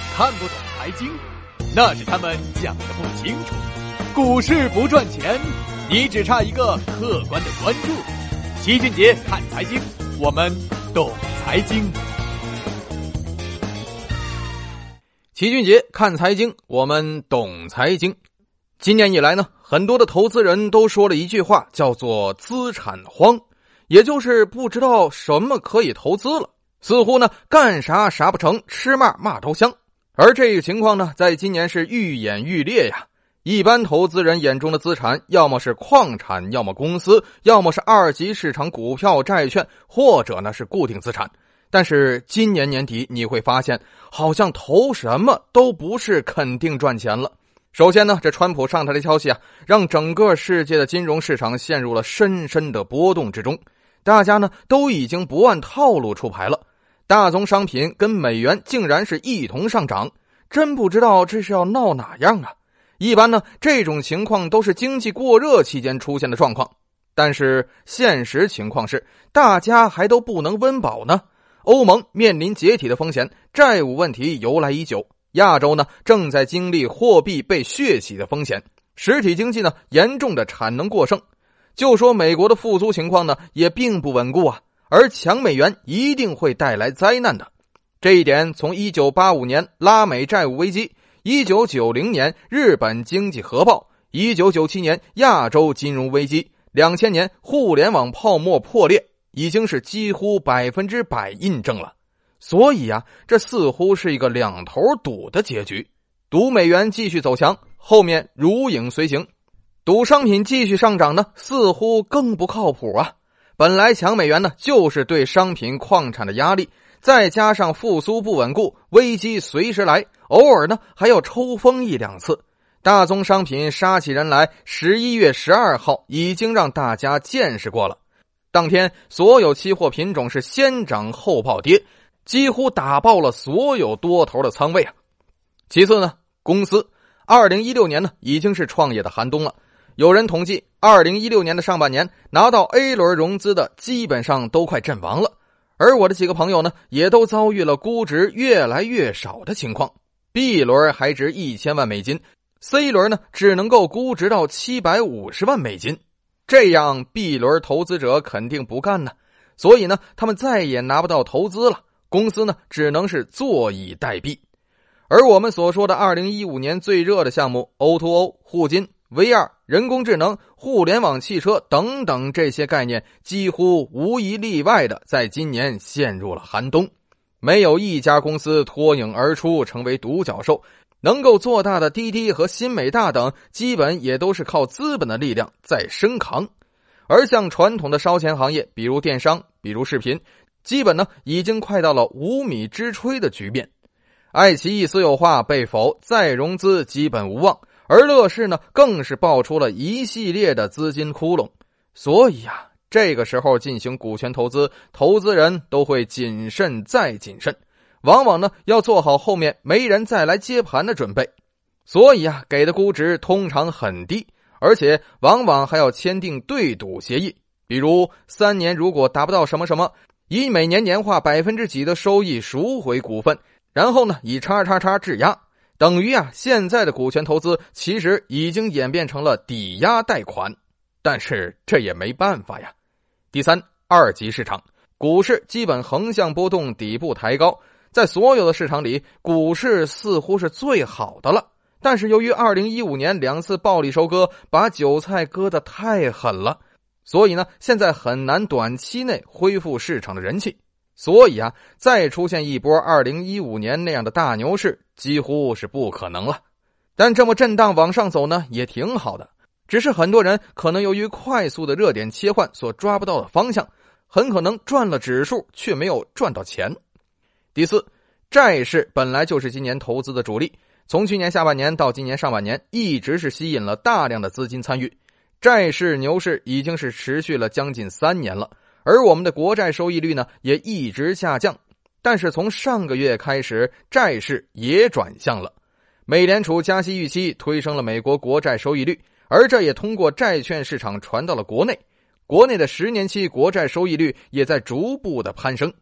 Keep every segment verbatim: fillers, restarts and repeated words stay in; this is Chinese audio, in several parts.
看不懂财经，那是他们讲的不清楚。股市不赚钱，你只差一个客观的关注。齐俊杰看财经，我们懂财经。 齐俊杰看财经，我们懂财经。今年以来呢，很多的投资人都说了一句话，叫做资产荒，也就是不知道什么可以投资了，似乎呢干啥啥不成，吃嘛嘛都香。而这个情况呢，在今年是愈演愈烈呀。一般投资人眼中的资产，要么是矿产，要么公司，要么是二级市场股票、债券，或者呢是固定资产。但是今年年底你会发现，好像投什么都不是肯定赚钱了。首先呢，这川普上台的消息啊，让整个世界的金融市场陷入了深深的波动之中。大家呢都已经不按套路出牌了，大宗商品跟美元竟然是一同上涨，真不知道这是要闹哪样啊。一般呢，这种情况都是经济过热期间出现的状况，但是现实情况是，大家还都不能温饱呢。欧盟面临解体的风险，债务问题由来已久。亚洲呢，正在经历货币被血洗的风险，实体经济呢，严重的产能过剩。就说美国的复苏情况呢，也并不稳固啊，而强美元一定会带来灾难的。这一点从一九八五年拉美债务危机，一九九零年日本经济核爆，一九九七年亚洲金融危机，两千年互联网泡沫破裂，已经是几乎百分之百印证了。所以啊，这似乎是一个两头赌的结局。赌美元继续走强，后面如影随形；赌商品继续上涨呢，似乎更不靠谱啊。本来强美元呢，就是对商品矿产的压力，再加上复苏不稳固，危机随时来，偶尔呢还要抽风一两次。大宗商品杀起人来，十一月十二号已经让大家见识过了。当天所有期货品种是先涨后暴跌，几乎打爆了所有多头的仓位啊。其次呢，公司二零一六年呢已经是创业的寒冬了。有人统计，二零一六年的上半年拿到 A 轮融资的基本上都快阵亡了。而我的几个朋友呢，也都遭遇了估值越来越少的情况。B 轮还值一千万美金， C 轮呢只能够估值到七百五十万美金。这样 B 轮投资者肯定不干呢，所以呢他们再也拿不到投资了，公司呢只能是坐以待毙。而我们所说的二零一五年最热的项目 O to O、 互金、 V 二、 人工智能、互联网汽车等等，这些概念几乎无一例外的在今年陷入了寒冬。没有一家公司脱颖而出成为独角兽，能够做大的滴滴和新美大等基本也都是靠资本的力量在升扛。而像传统的烧钱行业，比如电商，比如视频，基本呢已经快到了无米之炊的局面。爱奇艺私有化被否，再融资基本无望，而乐视呢更是爆出了一系列的资金窟窿。所以啊，这个时候进行股权投资，投资人都会谨慎再谨慎，往往呢要做好后面没人再来接盘的准备。所以啊，给的估值通常很低，而且往往还要签订对赌协议，比如三年如果达不到什么什么，以每年年化百分之几的收益赎回股份，然后呢以叉叉叉质押，等于啊现在的股权投资其实已经演变成了抵押贷款，但是这也没办法呀。第三，二级市场股市基本横向波动，底部抬高，在所有的市场里，股市似乎是最好的了。但是由于二零一五年两次暴力收割，把韭菜割得太狠了，所以呢现在很难短期内恢复市场的人气。所以啊，再出现一波二零一五年那样的大牛市几乎是不可能了。但这么震荡往上走呢也挺好的，只是很多人可能由于快速的热点切换所抓不到的方向，很可能赚了指数却没有赚到钱。第四，债市本来就是今年投资的主力，从去年下半年到今年上半年一直是吸引了大量的资金参与，债市牛市已经是持续了将近三年了，而我们的国债收益率呢也一直下降。但是从上个月开始，债市也转向了，美联储加息预期推升了美国国债收益率，而这也通过债券市场传到了国内，国内的十年期国债收益率也在逐步的攀升。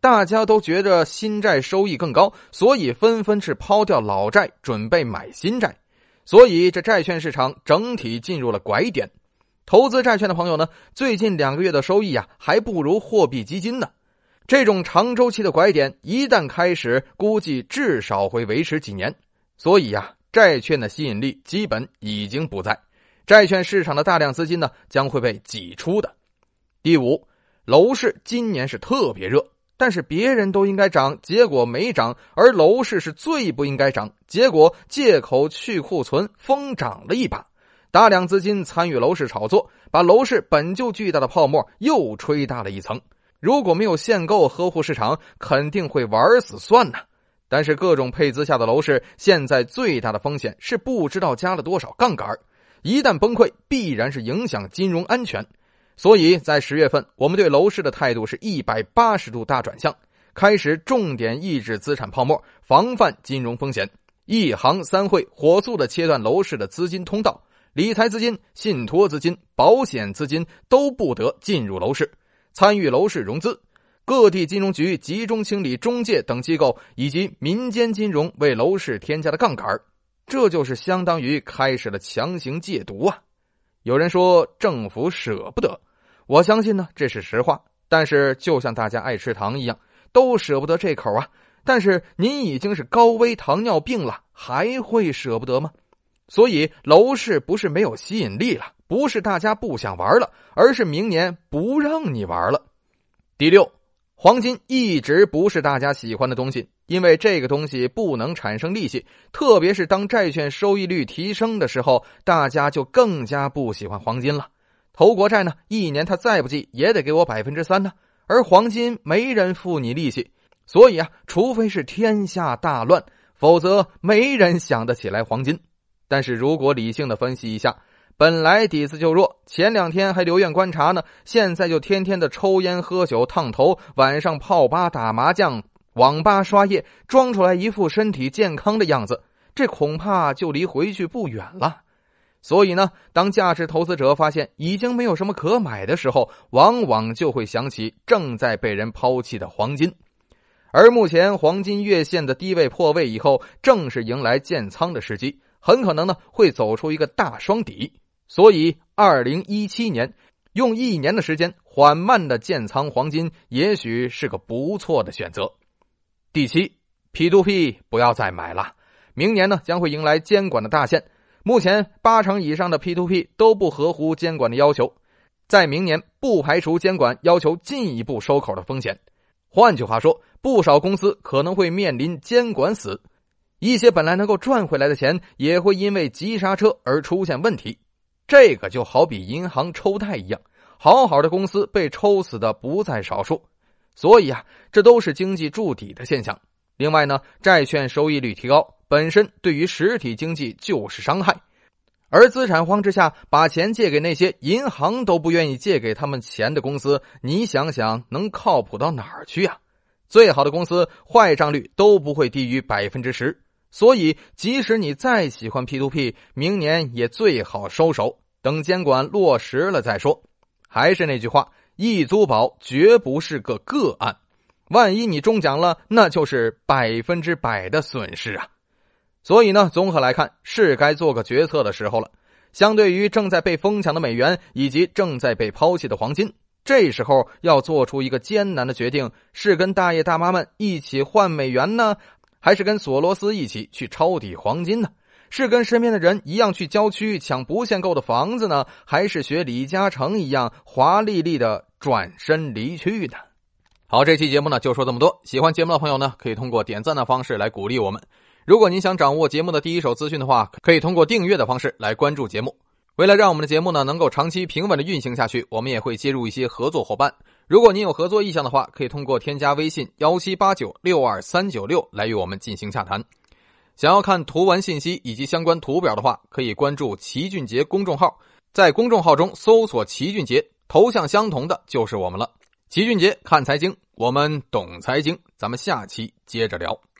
大家都觉着新债收益更高，所以纷纷是抛掉老债准备买新债，所以这债券市场整体进入了拐点。投资债券的朋友呢，最近两个月的收益啊，还不如货币基金呢。这种长周期的拐点一旦开始，估计至少会维持几年，所以啊，债券的吸引力基本已经不在，债券市场的大量资金呢将会被挤出的。第五，楼市今年是特别热，但是别人都应该涨，结果没涨，而楼市是最不应该涨，结果借口去库存疯涨了一把。大量资金参与楼市炒作，把楼市本就巨大的泡沫又吹大了一层。如果没有限购呵护市场，肯定会玩死算呢。但是各种配资下的楼市，现在最大的风险是不知道加了多少杠杆，一旦崩溃，必然是影响金融安全。所以在十月份，我们对楼市的态度是一百八十度大转向，开始重点抑制资产泡沫，防范金融风险，一行三会火速的切断楼市的资金通道，理财资金、信托资金、保险资金都不得进入楼市，参与楼市融资。各地金融局集中清理中介等机构以及民间金融为楼市添加的杠杆，这就是相当于开始了强行戒毒啊！有人说政府舍不得，我相信呢这是实话，但是就像大家爱吃糖一样，都舍不得这口啊。但是您已经是高危糖尿病了，还会舍不得吗？所以楼市不是没有吸引力了，不是大家不想玩了，而是明年不让你玩了。第六，黄金一直不是大家喜欢的东西，因为这个东西不能产生利息，特别是当债券收益率提升的时候，大家就更加不喜欢黄金了。投国债呢，一年他再不济也得给我 百分之三 呢，而黄金没人付你利息，所以啊，除非是天下大乱，否则没人想得起来黄金。但是如果理性的分析一下，本来底子就弱，前两天还留院观察呢，现在就天天的抽烟喝酒烫头，晚上泡吧打麻将，网吧刷夜，装出来一副身体健康的样子，这恐怕就离回去不远了。所以呢，当价值投资者发现已经没有什么可买的时候，往往就会想起正在被人抛弃的黄金。而目前黄金月线的低位破位以后，正是迎来建仓的时机，很可能呢会走出一个大双底。所以二零一七年用一年的时间缓慢的建仓黄金，也许是个不错的选择。第七， P to P 不要再买了，明年呢将会迎来监管的大限，目前八成以上的 P to P 都不合乎监管的要求，在明年不排除监管要求进一步收口的风险。换句话说，不少公司可能会面临监管死，一些本来能够赚回来的钱也会因为急刹车而出现问题。这个就好比银行抽贷一样，好好的公司被抽死的不在少数，所以啊，这都是经济筑底的现象。另外呢，债券收益率提高本身对于实体经济就是伤害，而资产荒之下把钱借给那些银行都不愿意借给他们钱的公司，你想想能靠谱到哪儿去啊？最好的公司坏账率都不会低于 百分之十， 所以即使你再喜欢 P to P， 明年也最好收手，等监管落实了再说。还是那句话，易租宝绝不是个个案，万一你中奖了，那就是百分之百的损失啊。所以呢，综合来看，是该做个决策的时候了。相对于正在被疯抢的美元以及正在被抛弃的黄金，这时候要做出一个艰难的决定，是跟大爷大妈们一起换美元呢，还是跟索罗斯一起去抄底黄金呢？是跟身边的人一样去郊区抢不限购的房子呢，还是学李嘉诚一样华丽丽的转身离去呢？好，这期节目呢就说这么多。喜欢节目的朋友呢，可以通过点赞的方式来鼓励我们。如果您想掌握节目的第一手资讯的话，可以通过订阅的方式来关注节目。为了让我们的节目呢能够长期平稳的运行下去，我们也会接入一些合作伙伴。如果您有合作意向的话，可以通过添加微信一七八九六二三九六来与我们进行洽谈。想要看图文信息以及相关图表的话，可以关注齐俊杰公众号，在公众号中搜索齐俊杰，头像相同的就是我们了。齐俊杰看财经，我们懂财经，咱们下期接着聊。